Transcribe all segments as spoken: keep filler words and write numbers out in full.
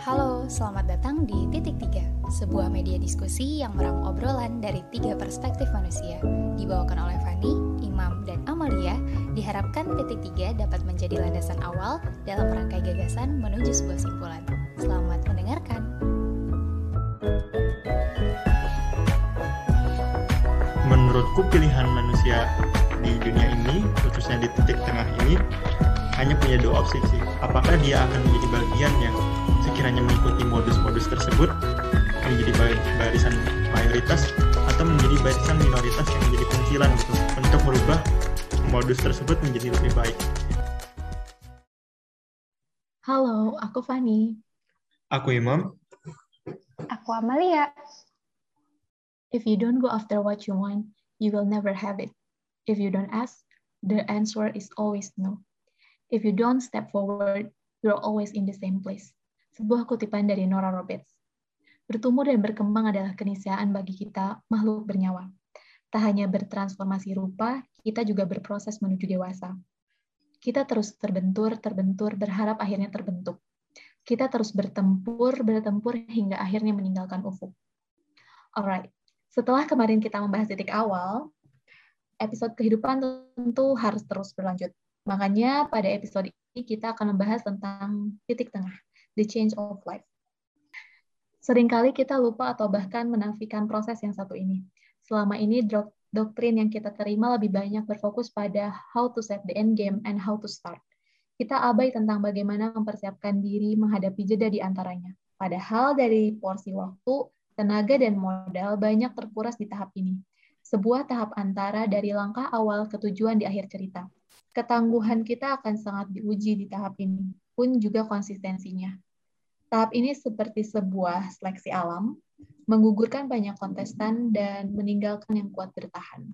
Halo, selamat datang di Titik Tiga, sebuah media diskusi yang merangkum obrolan dari tiga perspektif manusia. Dibawakan oleh Fani, Imam, dan Amalia, diharapkan Titik Tiga dapat menjadi landasan awal dalam merangkai gagasan menuju sebuah simpulan. Selamat mendengarkan. Menurutku pilihan manusia di dunia ini, khususnya di titik tengah ini, hanya punya dua opsi sih. Apakah dia akan menjadi bagian yang sekiranya mengikuti modus-modus tersebut, menjadi barisan mayoritas, atau menjadi barisan minoritas yang menjadi pencilan gitu, untuk merubah modus tersebut menjadi lebih baik. Halo, aku Fani. Aku Imam. Aku Amalia. If you don't go after what you want, you will never have it. If you don't ask, the answer is always no. If you don't step forward, you're always in the same place. Sebuah kutipan dari Nora Roberts. Bertumbuh dan berkembang adalah keniscayaan bagi kita, makhluk bernyawa. Tak hanya bertransformasi rupa, kita juga berproses menuju dewasa. Kita terus terbentur, terbentur, berharap akhirnya terbentuk. Kita terus bertempur, bertempur, hingga akhirnya meninggalkan ufuk. Alright, setelah kemarin kita membahas titik awal, episode kehidupan tentu harus terus berlanjut. Makanya pada episode ini kita akan membahas tentang titik tengah, the change of life. Seringkali kita lupa atau bahkan menafikan proses yang satu ini. Selama ini doktrin yang kita terima lebih banyak berfokus pada how to set the end game and how to start. Kita abai tentang bagaimana mempersiapkan diri menghadapi jeda di antaranya. Padahal dari porsi waktu, tenaga dan modal banyak terkuras di tahap ini. Sebuah tahap antara dari langkah awal ke tujuan di akhir cerita. Ketangguhan kita akan sangat diuji di tahap ini, pun juga konsistensinya. Tahap ini seperti sebuah seleksi alam, menggugurkan banyak kontestan dan meninggalkan yang kuat bertahan.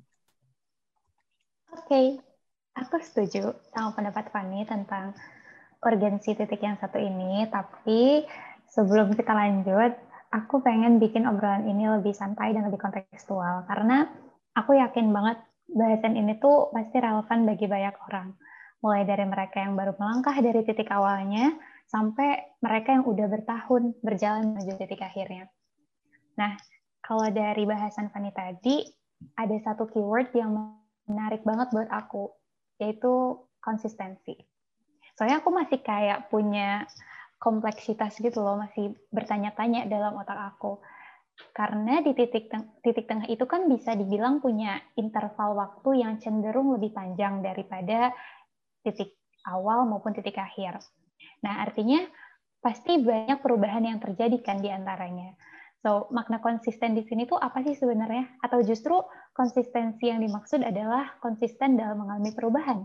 Oke, okay. Aku setuju sama pendapat Fani tentang urgensi titik yang satu ini, tapi sebelum kita lanjut, aku pengen bikin obrolan ini lebih santai dan lebih kontekstual, karena aku yakin banget bahasan ini tuh pasti relevan bagi banyak orang. Mulai dari mereka yang baru melangkah dari titik awalnya, sampai mereka yang udah bertahun berjalan menuju titik akhirnya. Nah, kalau dari bahasan Fani tadi, ada satu keyword yang menarik banget buat aku, yaitu konsistensi. Soalnya aku masih kayak punya kompleksitas gitu loh, masih bertanya-tanya dalam otak aku. Karena di titik teng- titik tengah itu kan bisa dibilang punya interval waktu yang cenderung lebih panjang daripada titik awal maupun titik akhir. Nah, artinya pasti banyak perubahan yang terjadi kan di antaranya. So, makna konsisten di sini tuh apa sih sebenarnya? Atau justru konsistensi yang dimaksud adalah konsisten dalam mengalami perubahan?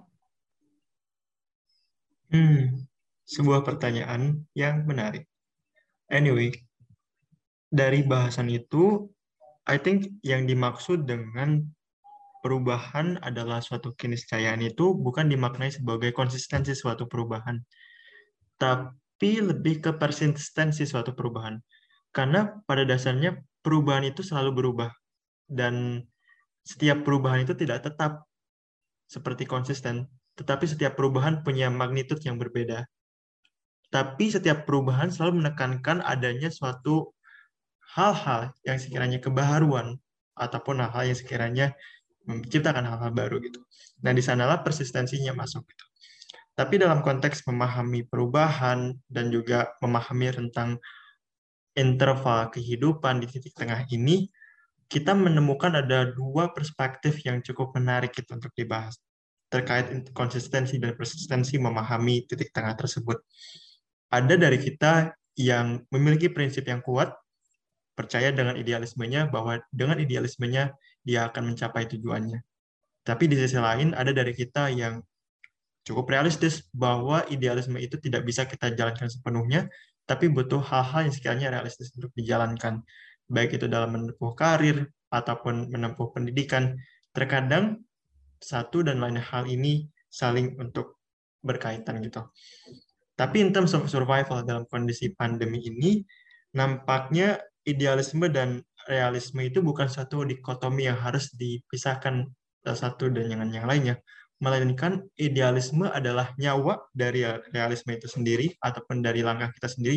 Hmm, sebuah pertanyaan yang menarik. Anyway, dari bahasan itu, I think yang dimaksud dengan perubahan adalah suatu keniscayaan itu bukan dimaknai sebagai konsistensi suatu perubahan, tapi lebih ke persistensi suatu perubahan. Karena pada dasarnya perubahan itu selalu berubah, dan setiap perubahan itu tidak tetap seperti konsisten, tetapi setiap perubahan punya magnitud yang berbeda. Tapi setiap perubahan selalu menekankan adanya suatu hal-hal yang sekiranya kebaharuan ataupun hal-hal yang sekiranya menciptakan hal-hal baru gitu. Nah, di sanalah persistensinya masuk gitu. Tapi dalam konteks memahami perubahan dan juga memahami tentang interval kehidupan di titik tengah ini, kita menemukan ada dua perspektif yang cukup menarik gitu untuk dibahas terkait konsistensi dan persistensi memahami titik tengah tersebut. Ada dari kita yang memiliki prinsip yang kuat, percaya dengan idealismenya, bahwa dengan idealismenya dia akan mencapai tujuannya. Tapi di sisi lain, ada dari kita yang cukup realistis bahwa idealisme itu tidak bisa kita jalankan sepenuhnya, tapi butuh hal-hal yang sekiranya realistis untuk dijalankan. Baik itu dalam menempuh karir, ataupun menempuh pendidikan. Terkadang satu dan lain hal ini saling untuk berkaitan gitu. Tapi in terms of survival dalam kondisi pandemi ini, nampaknya idealisme dan realisme itu bukan satu dikotomi yang harus dipisahkan satu dan dengan yang lainnya. Melainkan idealisme adalah nyawa dari realisme itu sendiri, ataupun dari langkah kita sendiri,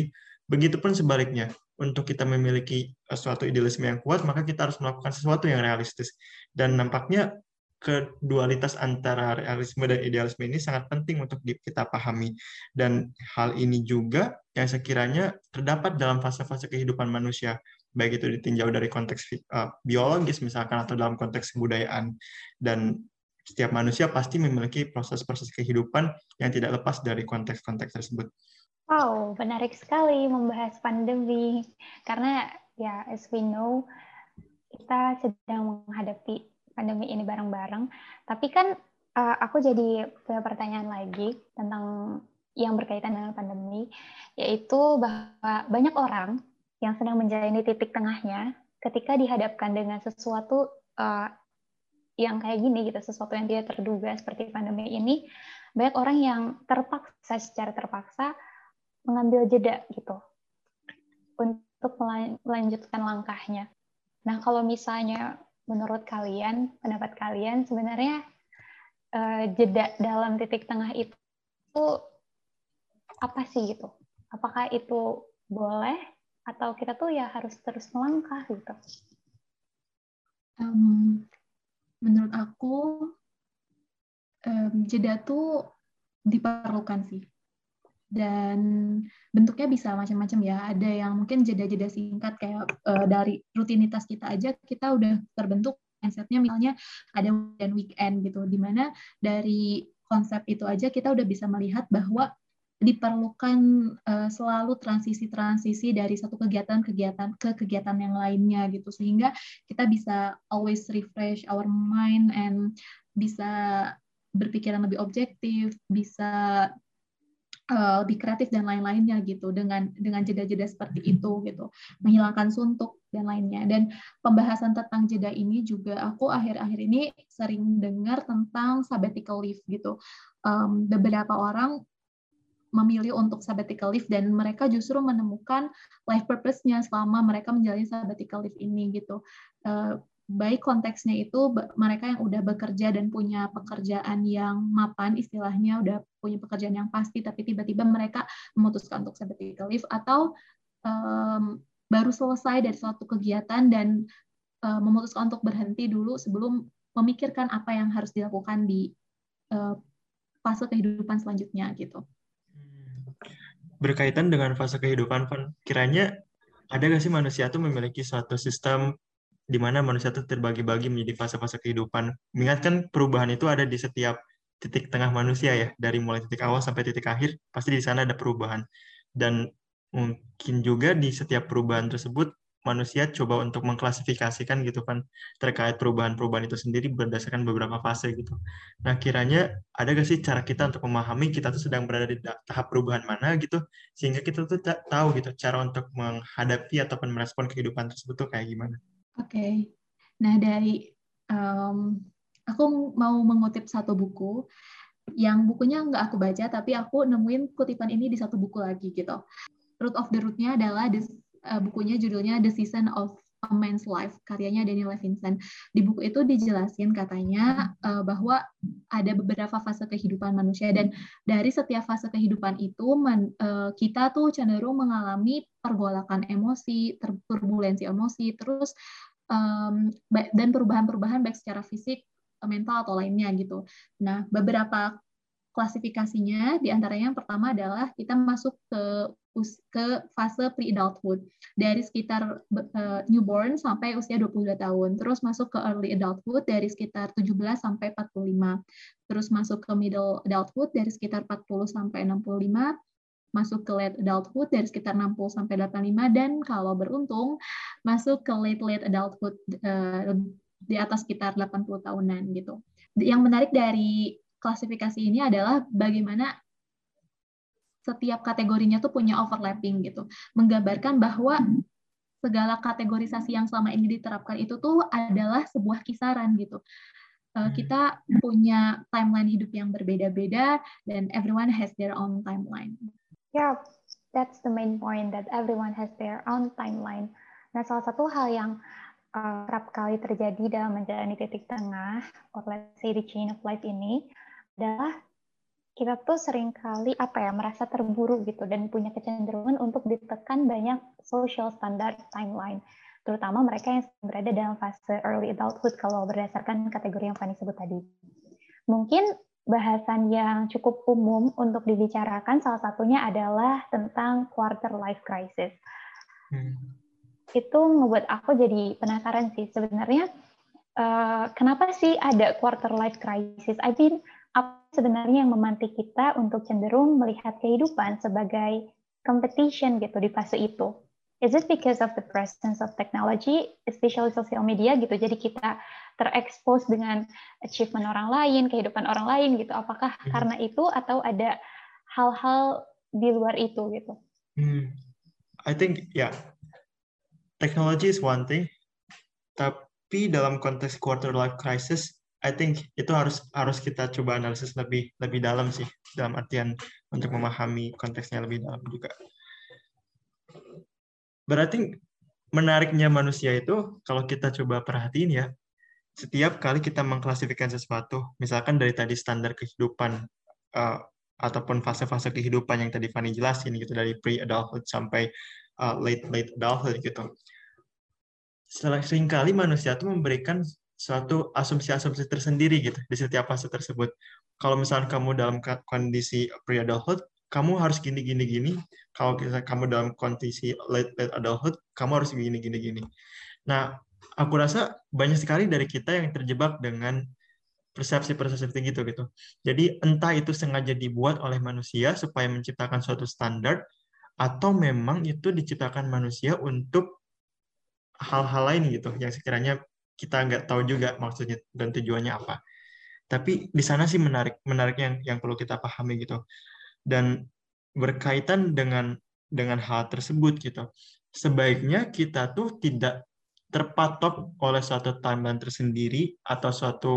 Begitupun sebaliknya, untuk kita memiliki suatu idealisme yang kuat, maka kita harus melakukan sesuatu yang realistis. Dan nampaknya kedualitas antara realisme dan idealisme ini sangat penting untuk kita pahami. Dan hal ini juga yang sekiranya terdapat dalam fase-fase kehidupan manusia, baik itu ditinjau dari konteks uh, biologis misalkan atau dalam konteks kebudayaan. Dan setiap manusia pasti memiliki proses-proses kehidupan yang tidak lepas dari konteks-konteks tersebut. Wow, menarik sekali membahas pandemi. Karena ya, as we know, kita sedang menghadapi pandemi ini bareng-bareng. Tapi kan uh, aku jadi punya pertanyaan lagi tentang yang berkaitan dengan pandemi, yaitu bahwa banyak orang yang sedang menjalani titik tengahnya ketika dihadapkan dengan sesuatu uh, yang kayak gini, gitu, sesuatu yang tidak terduga seperti pandemi ini, banyak orang yang terpaksa, secara terpaksa, mengambil jeda gitu untuk melanjutkan langkahnya. Nah, kalau misalnya menurut kalian, pendapat kalian, sebenarnya uh, jeda dalam titik tengah itu, itu apa sih gitu? Apakah itu boleh atau kita tuh ya harus terus melangkah gitu? Um, menurut aku um, jeda tuh diperlukan sih. Dan bentuknya bisa macam-macam ya. Ada yang mungkin jeda-jeda singkat kayak uh, dari rutinitas kita aja kita udah terbentuk mindset-nya, misalnya ada dan weekend gitu, dimana dari konsep itu aja kita udah bisa melihat bahwa diperlukan uh, selalu transisi-transisi dari satu kegiatan-kegiatan ke kegiatan yang lainnya gitu, sehingga kita bisa always refresh our mind and bisa berpikiran lebih objektif, bisa Uh, lebih kreatif dan lain-lainnya gitu dengan dengan jeda-jeda seperti itu gitu, menghilangkan suntuk dan lainnya. Dan pembahasan tentang jeda ini juga aku akhir-akhir ini sering dengar tentang sabbatical leave gitu. Um, beberapa orang memilih untuk sabbatical leave dan mereka justru menemukan life purpose-nya selama mereka menjalani sabbatical leave ini gitu. Uh, baik konteksnya itu mereka yang udah bekerja dan punya pekerjaan yang mapan, istilahnya udah punya pekerjaan yang pasti, tapi tiba-tiba mereka memutuskan untuk sabbatical leave, atau um, baru selesai dari suatu kegiatan dan uh, memutuskan untuk berhenti dulu sebelum memikirkan apa yang harus dilakukan di uh, fase kehidupan selanjutnya gitu. Berkaitan dengan fase kehidupan, Van, kiranya ada nggak sih manusia tuh memiliki suatu sistem di mana manusia itu terbagi-bagi menjadi fase-fase kehidupan. Mengingat kan perubahan itu ada di setiap titik tengah manusia ya, dari mulai titik awal sampai titik akhir, pasti di sana ada perubahan. Dan mungkin juga di setiap perubahan tersebut, manusia coba untuk mengklasifikasikan gitu kan, terkait perubahan-perubahan itu sendiri berdasarkan beberapa fase gitu. Nah, kiranya ada nggak sih cara kita untuk memahami kita tuh sedang berada di tahap perubahan mana gitu, sehingga kita tuh tahu gitu cara untuk menghadapi ataupun merespon kehidupan tersebut tuh kayak gimana? Oke, okay. Nah dari um, aku mau mengutip satu buku yang bukunya nggak aku baca, tapi aku nemuin kutipan ini di satu buku lagi gitu. Root of the Root-nya adalah this, uh, bukunya judulnya The Season of a Man's Life, karyanya Daniel Levinson. Di buku itu dijelasin katanya uh, bahwa ada beberapa fase kehidupan manusia, dan dari setiap fase kehidupan itu man, uh, kita tuh cenderung mengalami pergolakan emosi, turbulensi emosi, terus um, dan perubahan-perubahan baik secara fisik, mental atau lainnya gitu. Nah, beberapa klasifikasinya diantaranya yang pertama adalah kita masuk ke ke fase pre-adulthood dari sekitar uh, newborn sampai usia dua puluh dua tahun, terus masuk ke early adulthood dari sekitar tujuh belas sampai empat puluh lima, terus masuk ke middle adulthood dari sekitar empat puluh sampai enam puluh lima, masuk ke late adulthood dari sekitar enam puluh sampai delapan puluh lima, dan kalau beruntung masuk ke late late adulthood uh, di atas sekitar delapan puluh tahunan gitu. Yang menarik dari klasifikasi ini adalah bagaimana setiap kategorinya tuh punya overlapping gitu, menggambarkan bahwa segala kategorisasi yang selama ini diterapkan itu tuh adalah sebuah kisaran gitu. Uh, kita punya timeline hidup yang berbeda-beda dan everyone has their own timeline. Yeah, that's the main point, that everyone has their own timeline. Nah, salah satu hal yang uh, kerap kali terjadi dalam menjalani titik tengah, or let's say the chain of life ini, adalah kita tuh seringkali apa ya merasa terburu gitu dan punya kecenderungan untuk ditekan banyak social standard timeline, terutama mereka yang berada dalam fase early adulthood kalau berdasarkan kategori yang Fanny sebut tadi. Mungkin bahasan yang cukup umum untuk dibicarakan salah satunya adalah tentang quarter life crisis. Hmm. Itu ngebuat aku jadi penasaran sih sebenarnya uh, kenapa sih ada quarter life crisis? I mean, apa sebenarnya yang memantik kita untuk cenderung melihat kehidupan sebagai competition gitu di fase itu? Is it because of the presence of technology, especially social media gitu? Jadi kita terekspos dengan achievement orang lain, kehidupan orang lain gitu. Apakah hmm. karena itu atau ada hal-hal di luar itu gitu? Hmm. I think ya, yeah, technology is one thing, tapi dalam konteks quarter life crisis, I think itu harus harus kita coba analisis lebih lebih dalam sih, dalam artian untuk memahami konteksnya lebih dalam juga. Berarti menariknya manusia itu kalau kita coba perhatiin ya, setiap kali kita mengklasifikasi sesuatu, misalkan dari tadi standar kehidupan uh, ataupun fase-fase kehidupan yang tadi Fanny jelasin gitu, dari pre-adulthood sampai uh, late late adulthood gitu. Seringkali manusia itu memberikan suatu asumsi-asumsi tersendiri gitu di setiap fase tersebut. Kalau misalnya kamu dalam kondisi pre-adulthood, kamu harus gini gini gini. Kalau kamu dalam kondisi late late adulthood, kamu harus gini gini gini. Nah, aku rasa banyak sekali dari kita yang terjebak dengan persepsi-persepsi gitu gitu. Jadi entah itu sengaja dibuat oleh manusia supaya menciptakan suatu standar, atau memang itu diciptakan manusia untuk hal-hal lain gitu yang sekiranya kita nggak tahu juga maksudnya dan tujuannya apa. Tapi di sana sih menarik menarik yang yang perlu kita pahami gitu. Dan berkaitan dengan dengan hal tersebut gitu. Sebaiknya kita tuh tidak terpatok oleh suatu timeline tersendiri atau suatu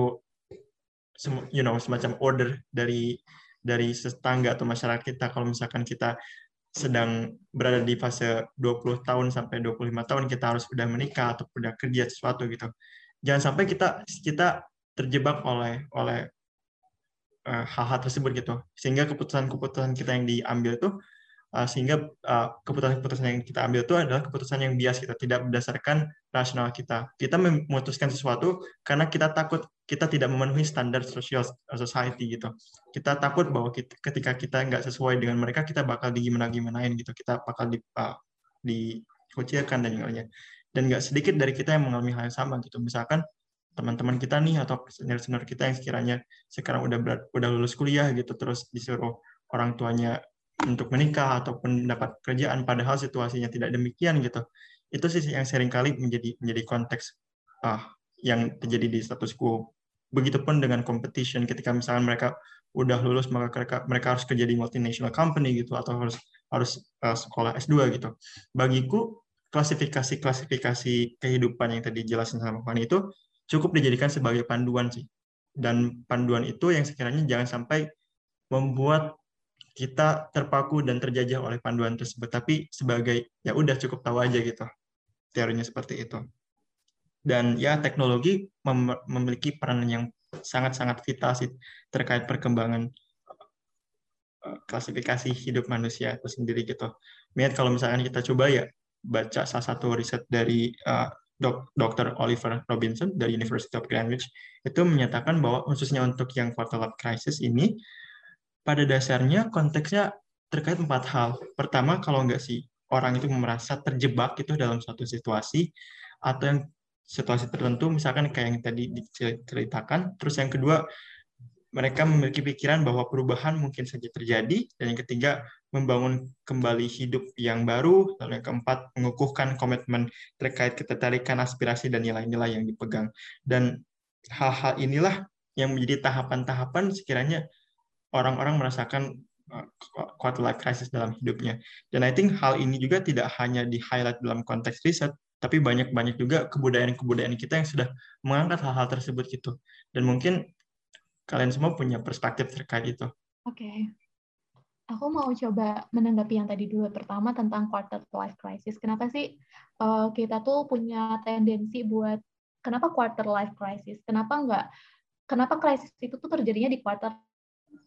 you know semacam order dari dari tetangga atau masyarakat kita. Kalau misalkan kita sedang berada di fase dua puluh tahun sampai dua puluh lima tahun, kita harus sudah menikah atau sudah kerja sesuatu gitu. Jangan sampai kita kita terjebak oleh oleh uh, hal-hal tersebut gitu. Sehingga keputusan-keputusan kita yang diambil tuh uh, sehingga uh, keputusan-keputusan yang kita ambil itu adalah keputusan yang bias kita, tidak berdasarkan rasional kita. Kita memutuskan sesuatu karena kita takut kita tidak memenuhi standar social society gitu. Kita takut bahwa kita, ketika kita nggak sesuai dengan mereka, kita bakal digimana-gimanain gitu. Kita bakal di, uh, dikucilkan dan lainnya. Dan nggak sedikit dari kita yang mengalami hal yang sama gitu. Misalkan teman-teman kita nih atau senior-senior kita yang sekiranya sekarang udah berat, udah lulus kuliah gitu, terus disuruh orang tuanya untuk menikah ataupun mendapat kerjaan, padahal situasinya tidak demikian gitu. Itu sih yang seringkali menjadi menjadi konteks ah, yang terjadi di status quo. Begitupun dengan competition, ketika misalnya mereka udah lulus maka mereka, mereka harus kerja di multinational company gitu, atau harus harus uh, sekolah S dua gitu. Bagiku klasifikasi-klasifikasi kehidupan yang tadi jelasin sama Fanny itu cukup dijadikan sebagai panduan sih. Dan panduan itu yang sekiranya jangan sampai membuat kita terpaku dan terjajah oleh panduan tersebut, tapi sebagai ya udah cukup tahu aja gitu. Teorinya seperti itu. Dan ya teknologi mem memiliki peran yang sangat-sangat vital sih terkait perkembangan uh, klasifikasi hidup manusia itu sendiri gitu. Lihat kalau misalkan kita coba ya baca salah satu riset dari uh, dokter Oliver Robinson dari University of Greenwich, itu menyatakan bahwa khususnya untuk yang quarter life crisis ini, pada dasarnya konteksnya terkait empat hal. Pertama, kalau nggak sih orang itu merasa terjebak itu dalam suatu situasi atau yang situasi tertentu, misalkan kayak yang tadi diceritakan. Terus yang kedua, mereka memiliki pikiran bahwa perubahan mungkin saja terjadi. Dan yang ketiga, membangun kembali hidup yang baru. Lalu yang keempat, mengukuhkan komitmen terkait ketertarikan, aspirasi, dan nilai-nilai yang dipegang. Dan hal-hal inilah yang menjadi tahapan-tahapan sekiranya orang-orang merasakan quarter life crisis dalam hidupnya. Dan I think hal ini juga tidak hanya di-highlight dalam konteks riset, tapi banyak-banyak juga kebudayaan-kebudayaan kita yang sudah mengangkat hal-hal tersebut gitu. Dan mungkin kalian semua punya perspektif terkait itu. Oke. Okay. Aku mau coba menanggapi yang tadi dulu. Pertama tentang quarter life crisis. Kenapa sih uh, kita tuh punya tendensi buat, kenapa quarter life crisis? Kenapa enggak, kenapa krisis itu tuh terjadinya di quarter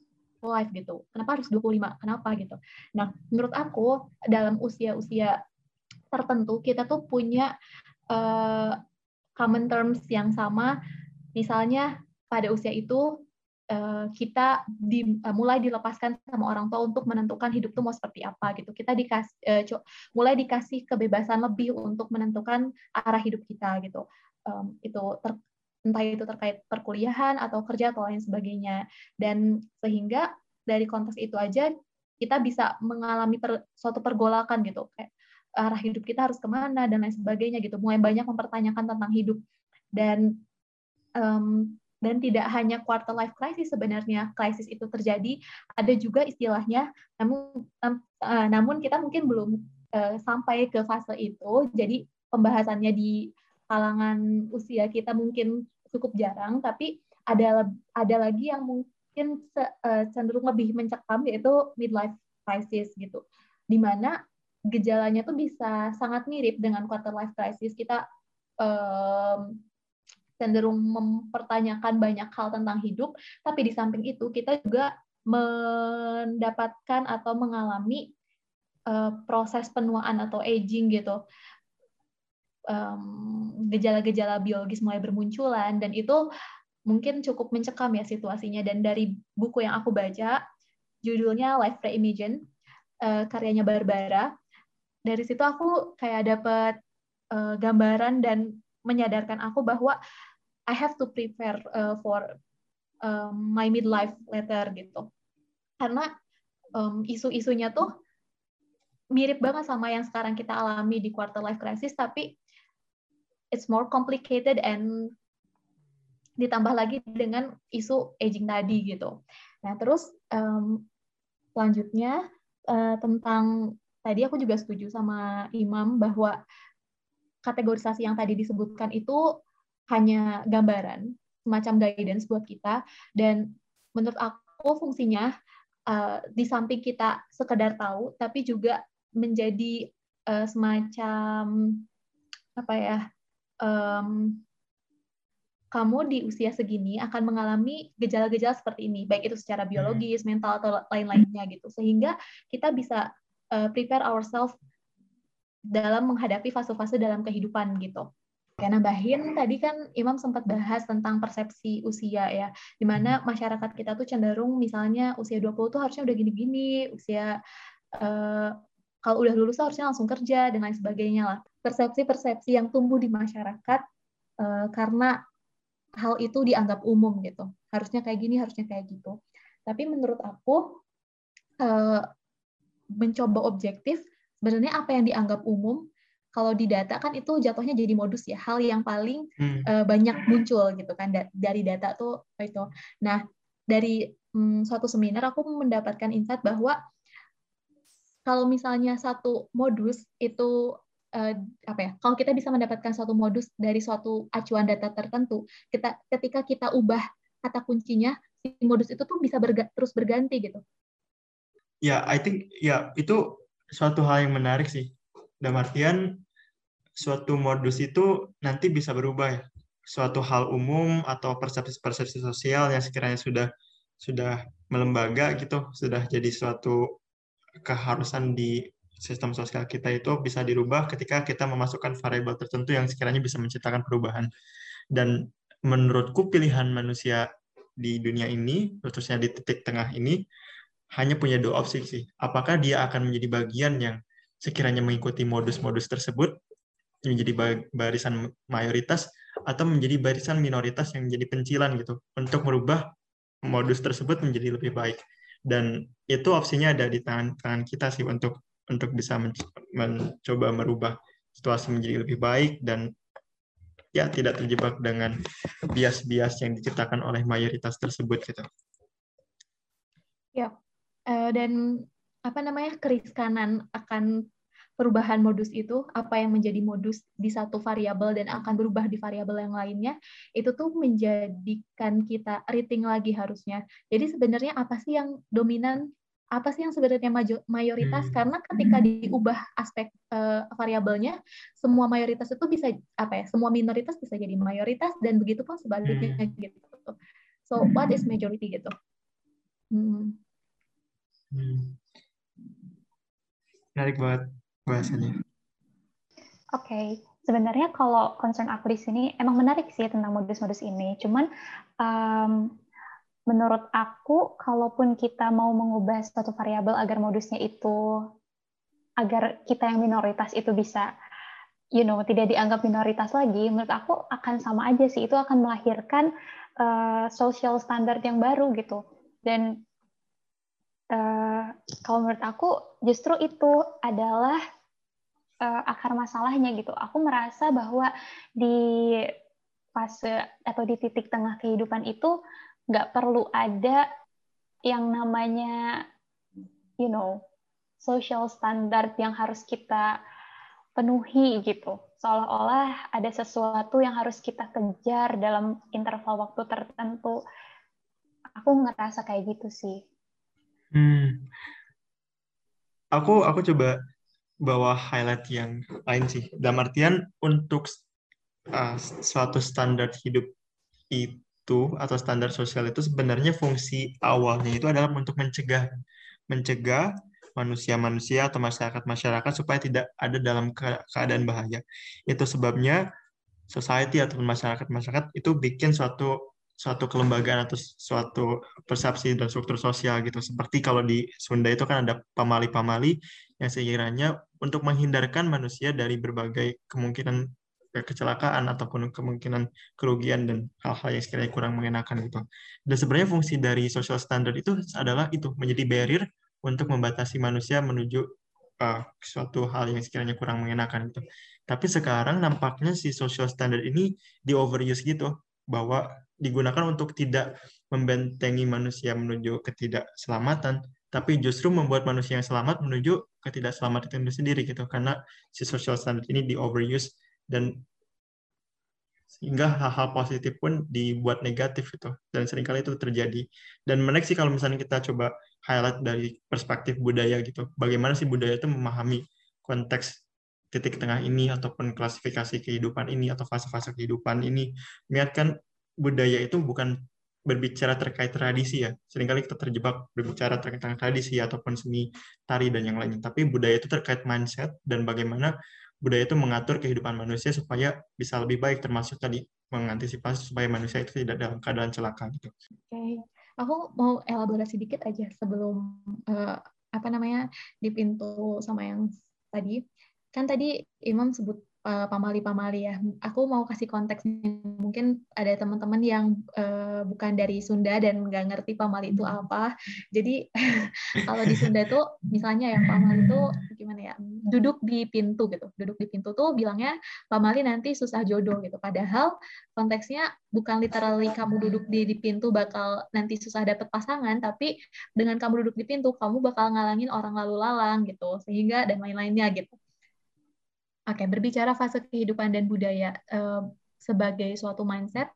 life gitu. Kenapa harus dua puluh lima? Kenapa gitu? Nah, menurut aku dalam usia-usia tertentu kita tuh punya uh, common terms yang sama. Misalnya pada usia itu uh, kita di, uh, mulai dilepaskan sama orang tua untuk menentukan hidup tuh mau seperti apa gitu. Kita dikasih uh, mulai dikasih kebebasan lebih untuk menentukan arah hidup kita gitu. Um, itu ter, entah itu terkait perkuliahan atau kerja atau lain sebagainya. Dan sehingga dari konteks itu aja kita bisa mengalami per, suatu pergolakan gitu, kayak arah hidup kita harus kemana dan lain sebagainya gitu. Mulai banyak mempertanyakan tentang hidup dan um, dan tidak hanya quarter life crisis sebenarnya. Krisis itu terjadi, ada juga istilahnya, namun um, uh, namun kita mungkin belum uh, sampai ke fase itu. Jadi pembahasannya di kalangan usia kita mungkin cukup jarang, tapi ada ada lagi yang mungkin cenderung lebih mencekam, yaitu midlife crisis gitu, di mana gejalanya tuh bisa sangat mirip dengan quarter life crisis. Kita um, cenderung mempertanyakan banyak hal tentang hidup, tapi di samping itu kita juga mendapatkan atau mengalami uh, proses penuaan atau aging gitu. Um, gejala-gejala biologis mulai bermunculan, dan itu mungkin cukup mencekam ya situasinya. Dan dari buku yang aku baca, judulnya Life Reimagined, uh, karyanya Barbara, dari situ aku kayak dapat uh, gambaran dan menyadarkan aku bahwa I have to prepare uh, for um, my midlife later gitu. Karena um, isu-isunya tuh mirip banget sama yang sekarang kita alami di quarter life crisis, tapi it's more complicated and ditambah lagi dengan isu aging tadi gitu. Nah, terus um, selanjutnya uh, tentang tadi aku juga setuju sama Imam bahwa kategorisasi yang tadi disebutkan itu hanya gambaran, semacam guidance buat kita, dan menurut aku fungsinya uh, di samping kita sekedar tahu, tapi juga menjadi uh, semacam apa ya, um, kamu di usia segini akan mengalami gejala-gejala seperti ini, baik itu secara biologis, mental, atau lain-lainnya gitu, sehingga kita bisa uh, prepare ourselves dalam menghadapi fase-fase dalam kehidupan gitu. Ya, nambahin tadi kan Imam sempat bahas tentang persepsi usia ya, di mana masyarakat kita tuh cenderung misalnya usia dua puluh tuh harusnya udah gini-gini, usia uh, kalau udah lulus harusnya langsung kerja dan lain sebagainya lah. Persepsi-persepsi yang tumbuh di masyarakat uh, karena hal itu dianggap umum gitu. Harusnya kayak gini, harusnya kayak gitu. Tapi menurut aku uh, mencoba objektif, sebenarnya apa yang dianggap umum kalau di data kan itu jatuhnya jadi modus ya, hal yang paling hmm. uh, banyak muncul gitu kan da- dari data tuh itu. Nah, dari um, suatu seminar aku mendapatkan insight bahwa kalau misalnya satu modus itu uh, apa ya? Kalau kita bisa mendapatkan suatu modus dari suatu acuan data tertentu, kita ketika kita ubah kata kuncinya, si modus itu tuh bisa berga- terus berganti gitu. Ya, yeah, I think ya yeah, itu suatu hal yang menarik sih. Dalam artian suatu modus itu nanti bisa berubah ya. Suatu hal umum atau persepsi-persepsi sosial yang sekiranya sudah sudah melembaga gitu, sudah jadi suatu keharusan di sistem sosial kita itu bisa dirubah ketika kita memasukkan variabel tertentu yang sekiranya bisa menciptakan perubahan. Dan menurutku pilihan manusia di dunia ini, khususnya di titik tengah ini, hanya punya dua opsi sih. Apakah dia akan menjadi bagian yang sekiranya mengikuti modus-modus tersebut, menjadi barisan mayoritas, atau menjadi barisan minoritas yang menjadi pencilan gitu, untuk merubah modus tersebut menjadi lebih baik. Dan itu opsinya ada di tangan tangan kita sih untuk untuk bisa mencoba merubah situasi menjadi lebih baik dan ya tidak terjebak dengan bias-bias yang diciptakan oleh mayoritas tersebut gitu. Ya, dan apa namanya keriskanan akan perubahan modus itu, apa yang menjadi modus di satu variabel dan akan berubah di variabel yang lainnya, itu tuh menjadikan kita rating lagi harusnya. Jadi sebenarnya apa sih yang dominan, apa sih yang sebenarnya mayoritas? Hmm. Karena ketika diubah aspek uh, variabelnya, semua mayoritas itu bisa apa ya? Semua minoritas bisa jadi mayoritas dan begitu pun sebaliknya hmm. gitu. So what is majority gitu? Hmm. Hmm. Menarik banget bahasanya. Oke, okay. Sebenarnya kalau concern aku di sini emang menarik sih tentang modus-modus ini. Cuman um, menurut aku, kalaupun kita mau mengubah suatu variabel agar modusnya itu, agar kita yang minoritas itu bisa, you know, tidak dianggap minoritas lagi, menurut aku akan sama aja sih. Itu akan melahirkan uh, social standard yang baru gitu. Dan uh, kalau menurut aku, justru itu adalah uh, akar masalahnya gitu. Aku merasa bahwa di fase atau di titik tengah kehidupan itu nggak perlu ada yang namanya, you know, social standard yang harus kita penuhi gitu. Seolah-olah ada sesuatu yang harus kita kejar dalam interval waktu tertentu. Aku ngerasa kayak gitu sih. Hmm. Aku aku coba bawa highlight yang lain sih. Dalam artian untuk uh, suatu standar hidup itu atau standar sosial itu sebenarnya fungsi awalnya itu adalah untuk mencegah mencegah manusia-manusia atau masyarakat-masyarakat supaya tidak ada dalam keadaan bahaya. Itu sebabnya society atau masyarakat-masyarakat itu bikin suatu suatu kelembagaan atau suatu persepsi dan struktur sosial gitu. Seperti kalau di Sunda itu kan ada pamali-pamali yang sekiranya untuk menghindarkan manusia dari berbagai kemungkinan kecelakaan ataupun kemungkinan kerugian dan hal-hal yang sekiranya kurang mengenakan gitu. Dan sebenarnya fungsi dari social standard itu adalah itu menjadi barrier untuk membatasi manusia menuju uh, suatu hal yang sekiranya kurang mengenakan gitu. Tapi sekarang nampaknya si social standard ini di overuse gitu, bahwa digunakan untuk tidak membentengi manusia menuju ketidakselamatan, tapi justru membuat manusia yang selamat menuju ketidakselamatan itu sendiri gitu, karena si social standard ini di overuse dan sehingga hal-hal positif pun dibuat negatif itu, dan seringkali itu terjadi. Dan menarik sih kalau misalnya kita coba highlight dari perspektif budaya gitu, bagaimana sih budaya itu memahami konteks titik tengah ini ataupun klasifikasi kehidupan ini atau fase-fase kehidupan ini. Lihat kan budaya itu bukan berbicara terkait tradisi ya, seringkali kita terjebak berbicara terkait tradisi ataupun seni tari dan yang lainnya, tapi budaya itu terkait mindset dan bagaimana budaya itu mengatur kehidupan manusia supaya bisa lebih baik, termasuk tadi mengantisipasi supaya manusia itu tidak dalam keadaan celaka gitu. Oke, okay. Aku mau elaborasi dikit aja sebelum uh, apa namanya di pintu sama yang tadi. Kan tadi Imam sebut uh, pamali-pamali ya. Aku mau kasih konteks, mungkin ada teman-teman yang uh, bukan dari Sunda dan nggak ngerti pamali itu apa. Jadi kalau di Sunda itu misalnya yang pamali itu gimana ya? Duduk di pintu gitu. Duduk di pintu tuh bilangnya pamali nanti susah jodoh gitu. Padahal konteksnya bukan literally kamu duduk di, di pintu bakal nanti susah dapet pasangan, tapi dengan kamu duduk di pintu kamu bakal ngalangin orang lalu lalang gitu, sehingga dan lain-lainnya gitu. Oke, berbicara fase kehidupan dan budaya eh, sebagai suatu mindset,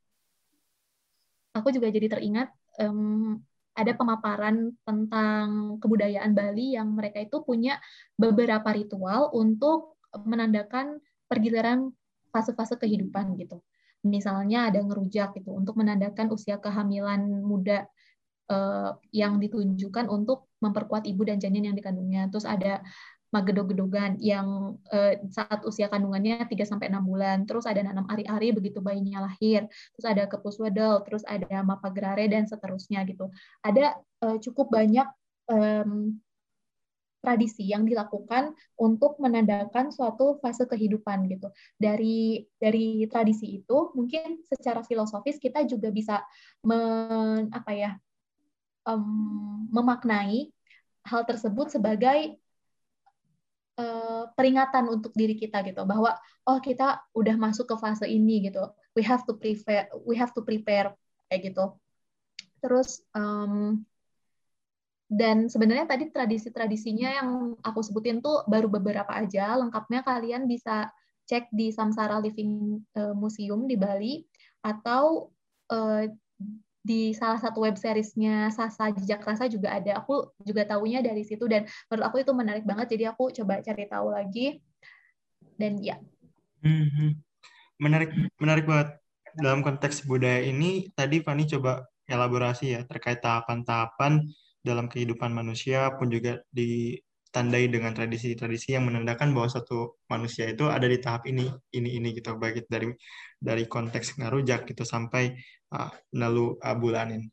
aku juga jadi teringat um, ada pemaparan tentang kebudayaan Bali yang mereka itu punya beberapa ritual untuk menandakan pergiliran fase-fase kehidupan gitu. Misalnya ada ngerujak gitu untuk menandakan usia kehamilan muda uh, yang ditunjukkan untuk memperkuat ibu dan janin yang dikandungnya. Terus ada magedog-gedogan yang uh, saat usia kandungannya tiga sampai enam bulan. Terus ada nanam ari-ari begitu bayinya lahir. Terus ada kepuswedel, terus ada mapagrare dan seterusnya gitu. Ada uh, cukup banyak um, tradisi yang dilakukan untuk menandakan suatu fase kehidupan gitu. Dari dari tradisi itu mungkin secara filosofis kita juga bisa men, apa ya um, memaknai hal tersebut sebagai uh, peringatan untuk diri kita gitu, bahwa oh kita udah masuk ke fase ini gitu, we have to prepare we have to prepare kayak gitu. Terus um, dan sebenarnya tadi tradisi-tradisinya yang aku sebutin tuh baru beberapa aja, lengkapnya kalian bisa cek di Samsara Living uh, Museum di Bali atau uh, di salah satu web seriesnya Sasa Jejak Rasa juga ada. Aku juga taunya dari situ dan menurut aku itu menarik banget, jadi aku coba cari tahu lagi. Dan ya. Hmm, menarik, menarik banget. Dalam konteks budaya ini, tadi Fani coba elaborasi ya terkait tahapan-tahapan dalam kehidupan manusia pun juga ditandai dengan tradisi-tradisi yang menandakan bahwa satu manusia itu ada di tahap ini, ini, ini gitu, baik dari dari konteks ngarujak gitu sampai uh, nalu uh, bulanin.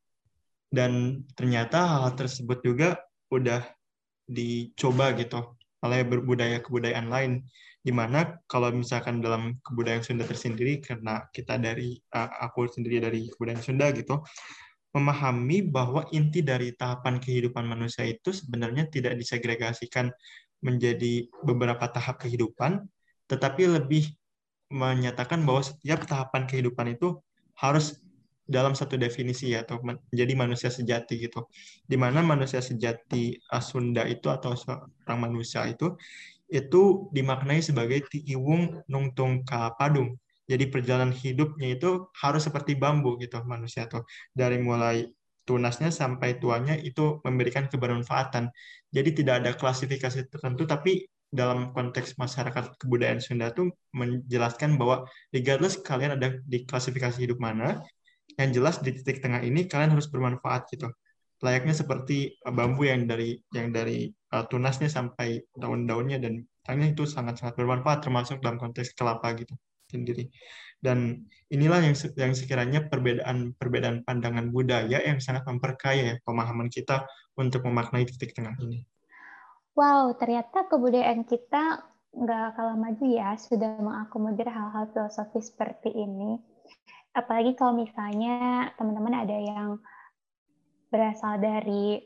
Dan ternyata hal tersebut juga udah dicoba gitu oleh berbudaya kebudayaan lain, di mana kalau misalkan dalam kebudayaan Sunda tersendiri, karena kita dari uh, aku sendiri dari kebudayaan Sunda gitu, memahami bahwa inti dari tahapan kehidupan manusia itu sebenarnya tidak disegregasikan menjadi beberapa tahap kehidupan, tetapi lebih menyatakan bahwa setiap tahapan kehidupan itu harus dalam satu definisi ya, atau menjadi manusia sejati gitu. Di mana manusia sejati Sunda itu atau seorang manusia itu itu dimaknai sebagai tiiwung nungtung kapadung. Jadi perjalanan hidupnya itu harus seperti bambu gitu manusia tuh. Dari mulai tunasnya sampai tuanya itu memberikan kebermanfaatan. Jadi tidak ada klasifikasi tertentu, tapi dalam konteks masyarakat kebudayaan Sunda tuh menjelaskan bahwa regardless kalian ada di klasifikasi hidup mana, yang jelas di titik tengah ini kalian harus bermanfaat gitu. Layaknya seperti bambu yang dari yang dari uh, tunasnya sampai daun-daunnya dan tangnya itu sangat-sangat bermanfaat, termasuk dalam konteks kelapa gitu sendiri. Dan inilah yang yang sekiranya perbedaan perbedaan pandangan budaya yang sangat memperkaya ya, pemahaman kita untuk memaknai titik tengah ini. Wow, ternyata kebudayaan kita nggak kalah maju ya, sudah mengakomodir hal-hal filosofis seperti ini. Apalagi kalau misalnya teman-teman ada yang berasal dari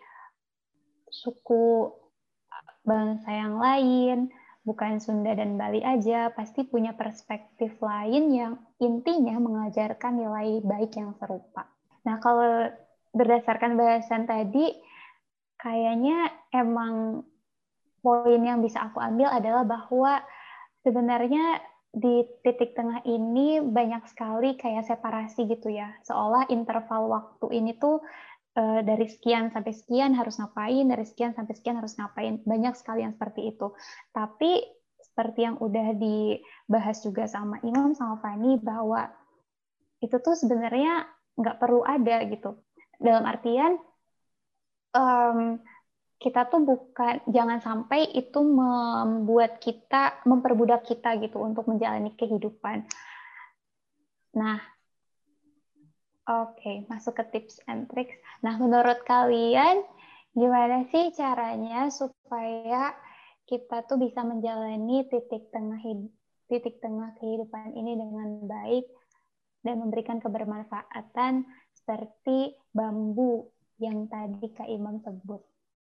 suku bangsa yang lain, bukan Sunda dan Bali aja, pasti punya perspektif lain yang intinya mengajarkan nilai baik yang serupa. Nah, kalau berdasarkan bahasan tadi, kayaknya emang poin yang bisa aku ambil adalah bahwa sebenarnya di titik tengah ini banyak sekali kayak separasi gitu ya, seolah interval waktu ini tuh e, dari sekian sampai sekian harus ngapain, dari sekian sampai sekian harus ngapain, banyak sekali yang seperti itu. Tapi seperti yang udah dibahas juga sama Imam sama Fani, bahwa itu tuh sebenarnya nggak perlu ada gitu, dalam artian um, kita tuh bukan, jangan sampai itu membuat kita, memperbudak kita gitu untuk menjalani kehidupan. Nah, oke, okay, masuk ke tips and tricks. Nah, menurut kalian gimana sih caranya supaya kita tuh bisa menjalani titik tengah hidup, titik tengah kehidupan ini dengan baik dan memberikan kebermanfaatan seperti bambu yang tadi Kak Imam sebut?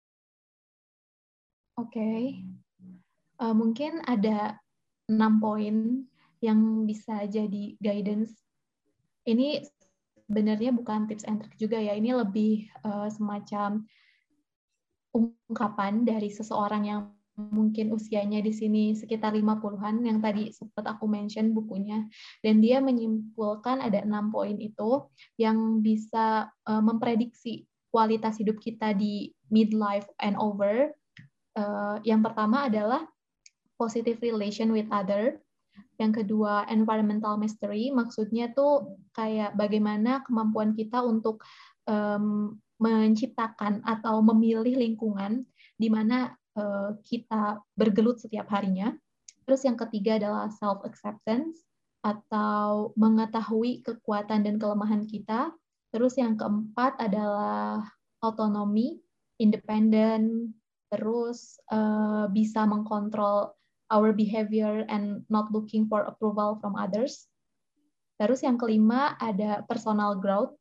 Oke, okay. uh, mungkin ada enam poin yang bisa jadi guidance. Ini sebenarnya bukan tips and trick juga ya, ini lebih uh, semacam ungkapan dari seseorang yang mungkin usianya di sini sekitar lima puluhan, yang tadi sempat aku mention bukunya, dan dia menyimpulkan ada enam poin itu yang bisa uh, memprediksi kualitas hidup kita di midlife and over. Uh, yang pertama adalah positive relation with other. Yang kedua, environmental mastery, maksudnya tuh kayak bagaimana kemampuan kita untuk um, menciptakan atau memilih lingkungan di mana uh, kita bergelut setiap harinya. Terus yang ketiga adalah self-acceptance, atau mengetahui kekuatan dan kelemahan kita. Terus yang keempat adalah autonomy, independent, terus uh, bisa mengkontrol our behavior and not looking for approval from others. Terus yang kelima ada personal growth,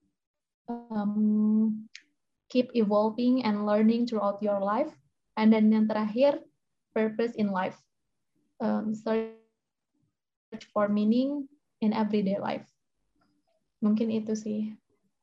um, keep evolving and learning throughout your life. And then yang terakhir, purpose in life, um, search for meaning in everyday life. Mungkin itu sih.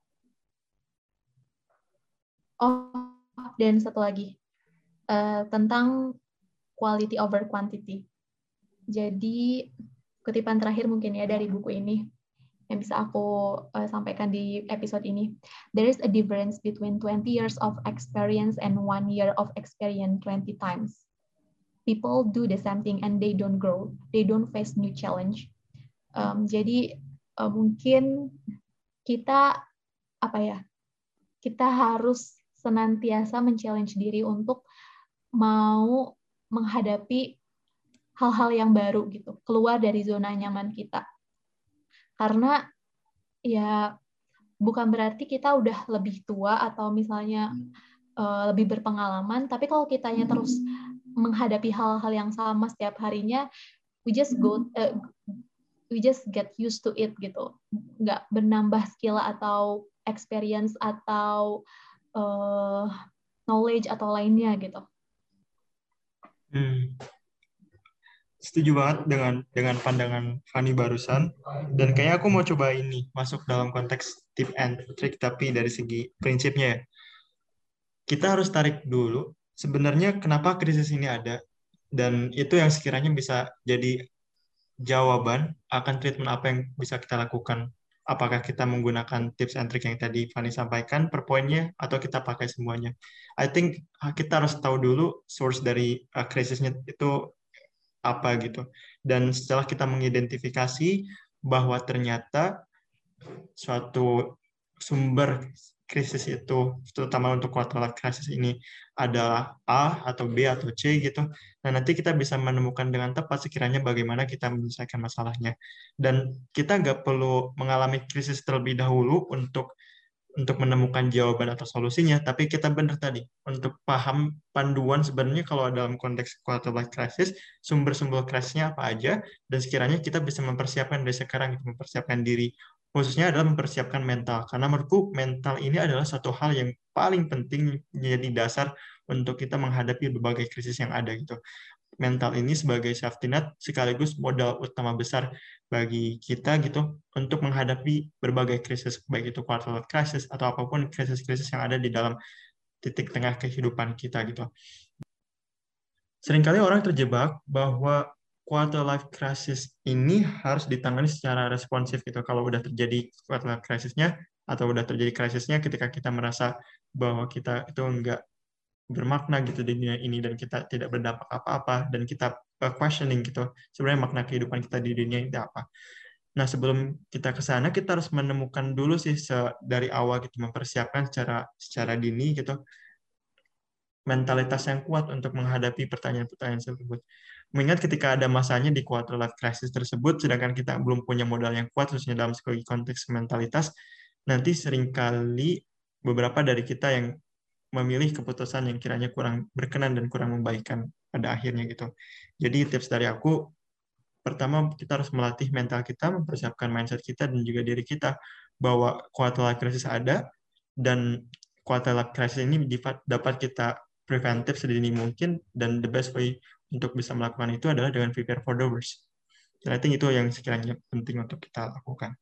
Oh, dan satu lagi. Uh, tentang quality over quantity. Jadi kutipan terakhir mungkin ya dari buku ini yang bisa aku uh, sampaikan di episode ini. There is a difference between twenty years of experience and one year of experience twenty times. People do the same thing and they don't grow. They don't face new challenge. Um, jadi uh, mungkin kita apa ya? Kita harus senantiasa men-challenge diri untuk mau menghadapi hal-hal yang baru gitu, keluar dari zona nyaman kita. Karena ya bukan berarti kita udah lebih tua atau misalnya uh, lebih berpengalaman, tapi kalau kitanya terus menghadapi hal-hal yang sama setiap harinya, we just go uh, we just get used to it gitu, nggak bernambah skill atau experience atau uh, knowledge atau lainnya gitu. Hmm. Setuju banget dengan dengan pandangan Fanny barusan, dan kayaknya aku mau coba ini masuk dalam konteks tip and trick tapi dari segi prinsipnya ya. Kita harus tarik dulu sebenarnya kenapa krisis ini ada, dan itu yang sekiranya bisa jadi jawaban akan treatment apa yang bisa kita lakukan. Apakah kita menggunakan tips and trick yang tadi Fanny sampaikan per poinnya, atau kita pakai semuanya. I think kita harus tahu dulu source dari uh, krisisnya itu apa gitu. Dan setelah kita mengidentifikasi bahwa ternyata suatu sumber krisis itu, terutama untuk quarter life crisis ini, adalah A atau B atau C gitu. Nah, nanti kita bisa menemukan dengan tepat sekiranya bagaimana kita menyelesaikan masalahnya. Dan kita nggak perlu mengalami krisis terlebih dahulu untuk untuk menemukan jawaban atau solusinya, tapi kita benar tadi, untuk paham panduan sebenarnya kalau dalam konteks quarter life crisis, sumber-sumber krisisnya apa aja, dan sekiranya kita bisa mempersiapkan dari sekarang, mempersiapkan diri, khususnya adalah mempersiapkan mental, karena menurutku mental ini adalah satu hal yang paling penting menjadi dasar untuk kita menghadapi berbagai krisis yang ada gitu. Mental ini sebagai safety net sekaligus modal utama besar bagi kita gitu untuk menghadapi berbagai krisis, baik itu quarter life crisis atau apapun krisis-krisis yang ada di dalam titik tengah kehidupan kita gitu. Seringkali orang terjebak bahwa quarter life crisis ini harus ditangani secara responsif gitu. Kalau udah terjadi quarter life crisisnya atau udah terjadi krisisnya ketika kita merasa bahwa kita itu enggak bermakna gitu di dunia ini dan kita tidak berdampak apa-apa dan kita questioning gitu sebenarnya makna kehidupan kita di dunia ini apa. Nah, sebelum kita ke sana kita harus menemukan dulu sih dari awal gitu, mempersiapkan secara secara dini gitu mentalitas yang kuat untuk menghadapi pertanyaan-pertanyaan tersebut. Mengingat ketika ada masanya di quarter life crisis tersebut sedangkan kita belum punya modal yang kuat khususnya dalam segi konteks mentalitas, nanti seringkali beberapa dari kita yang memilih keputusan yang kiranya kurang berkenan dan kurang membaikkan pada akhirnya gitu. Jadi tips dari aku, pertama kita harus melatih mental kita, mempersiapkan mindset kita dan juga diri kita bahwa quarter life crisis ada, dan quarter life crisis ini dapat kita preventif sedini mungkin, dan the best way untuk bisa melakukan itu adalah dengan prepare for the worst. Dan I think itu yang sekiranya penting untuk kita lakukan.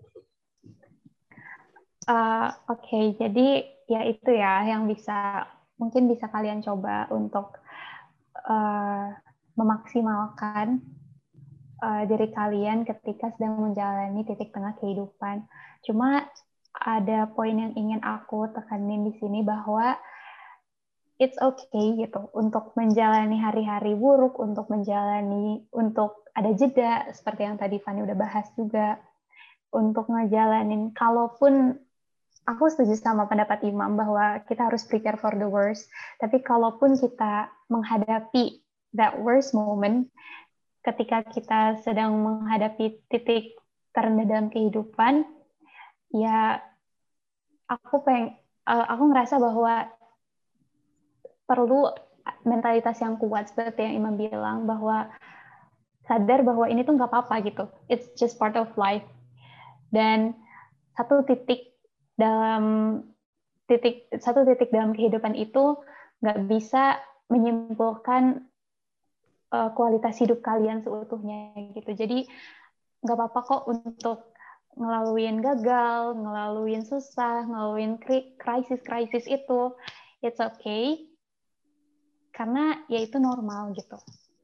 Uh, Oke, okay. Jadi ya itu ya yang bisa mungkin bisa kalian coba untuk uh, memaksimalkan uh, diri kalian ketika sedang menjalani titik tengah kehidupan. Cuma ada poin yang ingin aku tekanin di sini bahwa it's okay gitu untuk menjalani hari-hari buruk, untuk menjalani, untuk ada jeda seperti yang tadi Fanny udah bahas juga, untuk ngejalanin kalaupun aku setuju sama pendapat Imam bahwa kita harus prepare for the worst. Tapi kalaupun kita menghadapi that worst moment, ketika kita sedang menghadapi titik terendah dalam kehidupan, ya aku peng, aku ngerasa bahwa perlu mentalitas yang kuat seperti yang Imam bilang, bahwa sadar bahwa ini tuh nggak apa-apa gitu. It's just part of life. Dan satu titik dalam titik satu titik dalam kehidupan itu nggak bisa menyimpulkan uh, kualitas hidup kalian seutuhnya gitu. Jadi nggak apa-apa kok untuk ngelaluin gagal, ngelaluin susah, ngelaluin krisis-krisis itu. It's okay. Karena ya itu normal gitu.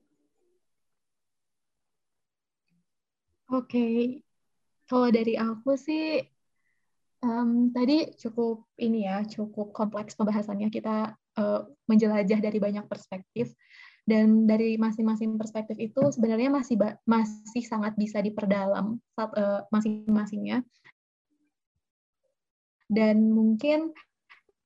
Oke. Okay. Kalau dari aku sih Um, tadi cukup ini ya, cukup kompleks pembahasannya. Kita uh, menjelajah dari banyak perspektif, dan dari masing-masing perspektif itu sebenarnya masih masih sangat bisa diperdalam uh, masing-masingnya. Dan mungkin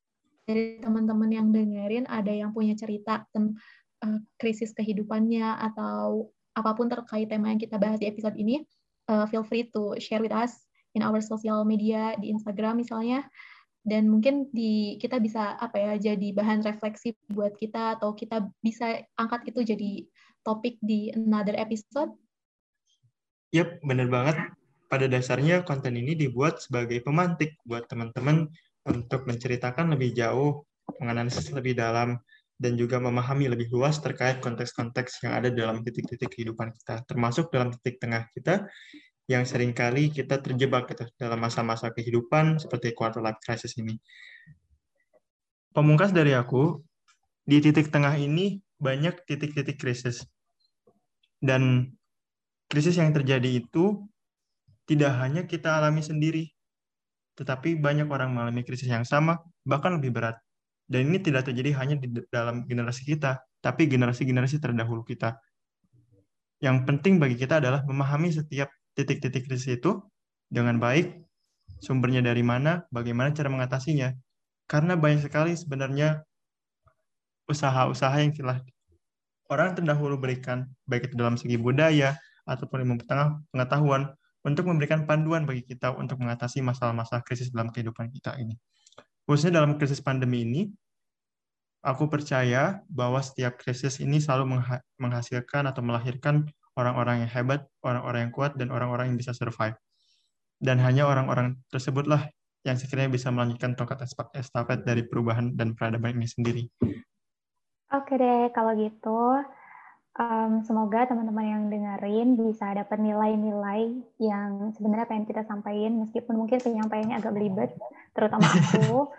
dari teman-teman yang dengerin ada yang punya cerita tentang uh, krisis kehidupannya atau apapun terkait tema yang kita bahas di episode ini, uh, feel free to share with us in our social media, di Instagram misalnya, dan mungkin di kita bisa apa ya jadi bahan refleksi buat kita, atau kita bisa angkat itu jadi topik di another episode. Yap, benar banget. Pada dasarnya konten ini dibuat sebagai pemantik buat teman-teman untuk menceritakan lebih jauh, menganalisis lebih dalam, dan juga memahami lebih luas terkait konteks-konteks yang ada dalam titik-titik kehidupan kita, termasuk dalam titik tengah kita yang seringkali kita terjebak gitu, dalam masa-masa kehidupan seperti quarter life crisis ini. Pemungkas dari aku, di titik tengah ini banyak titik-titik krisis. Dan krisis yang terjadi itu tidak hanya kita alami sendiri, tetapi banyak orang mengalami krisis yang sama, bahkan lebih berat. Dan ini tidak terjadi hanya di dalam generasi kita, tapi generasi-generasi terdahulu kita. Yang penting bagi kita adalah memahami setiap titik-titik krisis itu dengan baik, sumbernya dari mana, bagaimana cara mengatasinya. Karena banyak sekali sebenarnya usaha-usaha yang telah orang terdahulu berikan, baik itu dalam segi budaya, ataupun ilmu pengetahuan, untuk memberikan panduan bagi kita untuk mengatasi masalah-masalah krisis dalam kehidupan kita ini. Khususnya dalam krisis pandemi ini, aku percaya bahwa setiap krisis ini selalu menghasilkan atau melahirkan orang-orang yang hebat, orang-orang yang kuat, dan orang-orang yang bisa survive. Dan hanya orang-orang tersebutlah yang sekiranya bisa melanjutkan tongkat estafet dari perubahan dan peradaban ini sendiri. Oke deh, kalau gitu, um, semoga teman-teman yang dengerin bisa dapat nilai-nilai yang sebenarnya pengen kita sampaikan, meskipun mungkin penyampaiannya agak belibet, terutama aku.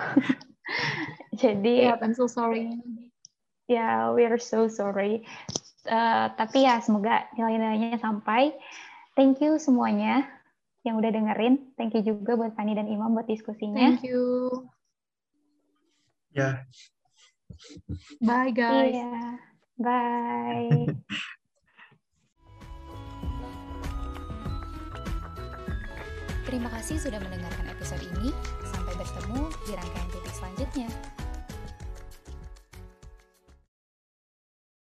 Jadi, yeah, I'm so sorry. Yeah, we're so sorry. Uh, tapi ya, semoga nilai-nilainya sampai. Thank you semuanya yang udah dengerin. Thank you juga buat Fanny dan Imam buat diskusinya. Thank you. Ya. Yeah. Bye guys. Yeah. Bye. Terima kasih sudah mendengarkan episode ini. Sampai bertemu di rangkaian titik selanjutnya.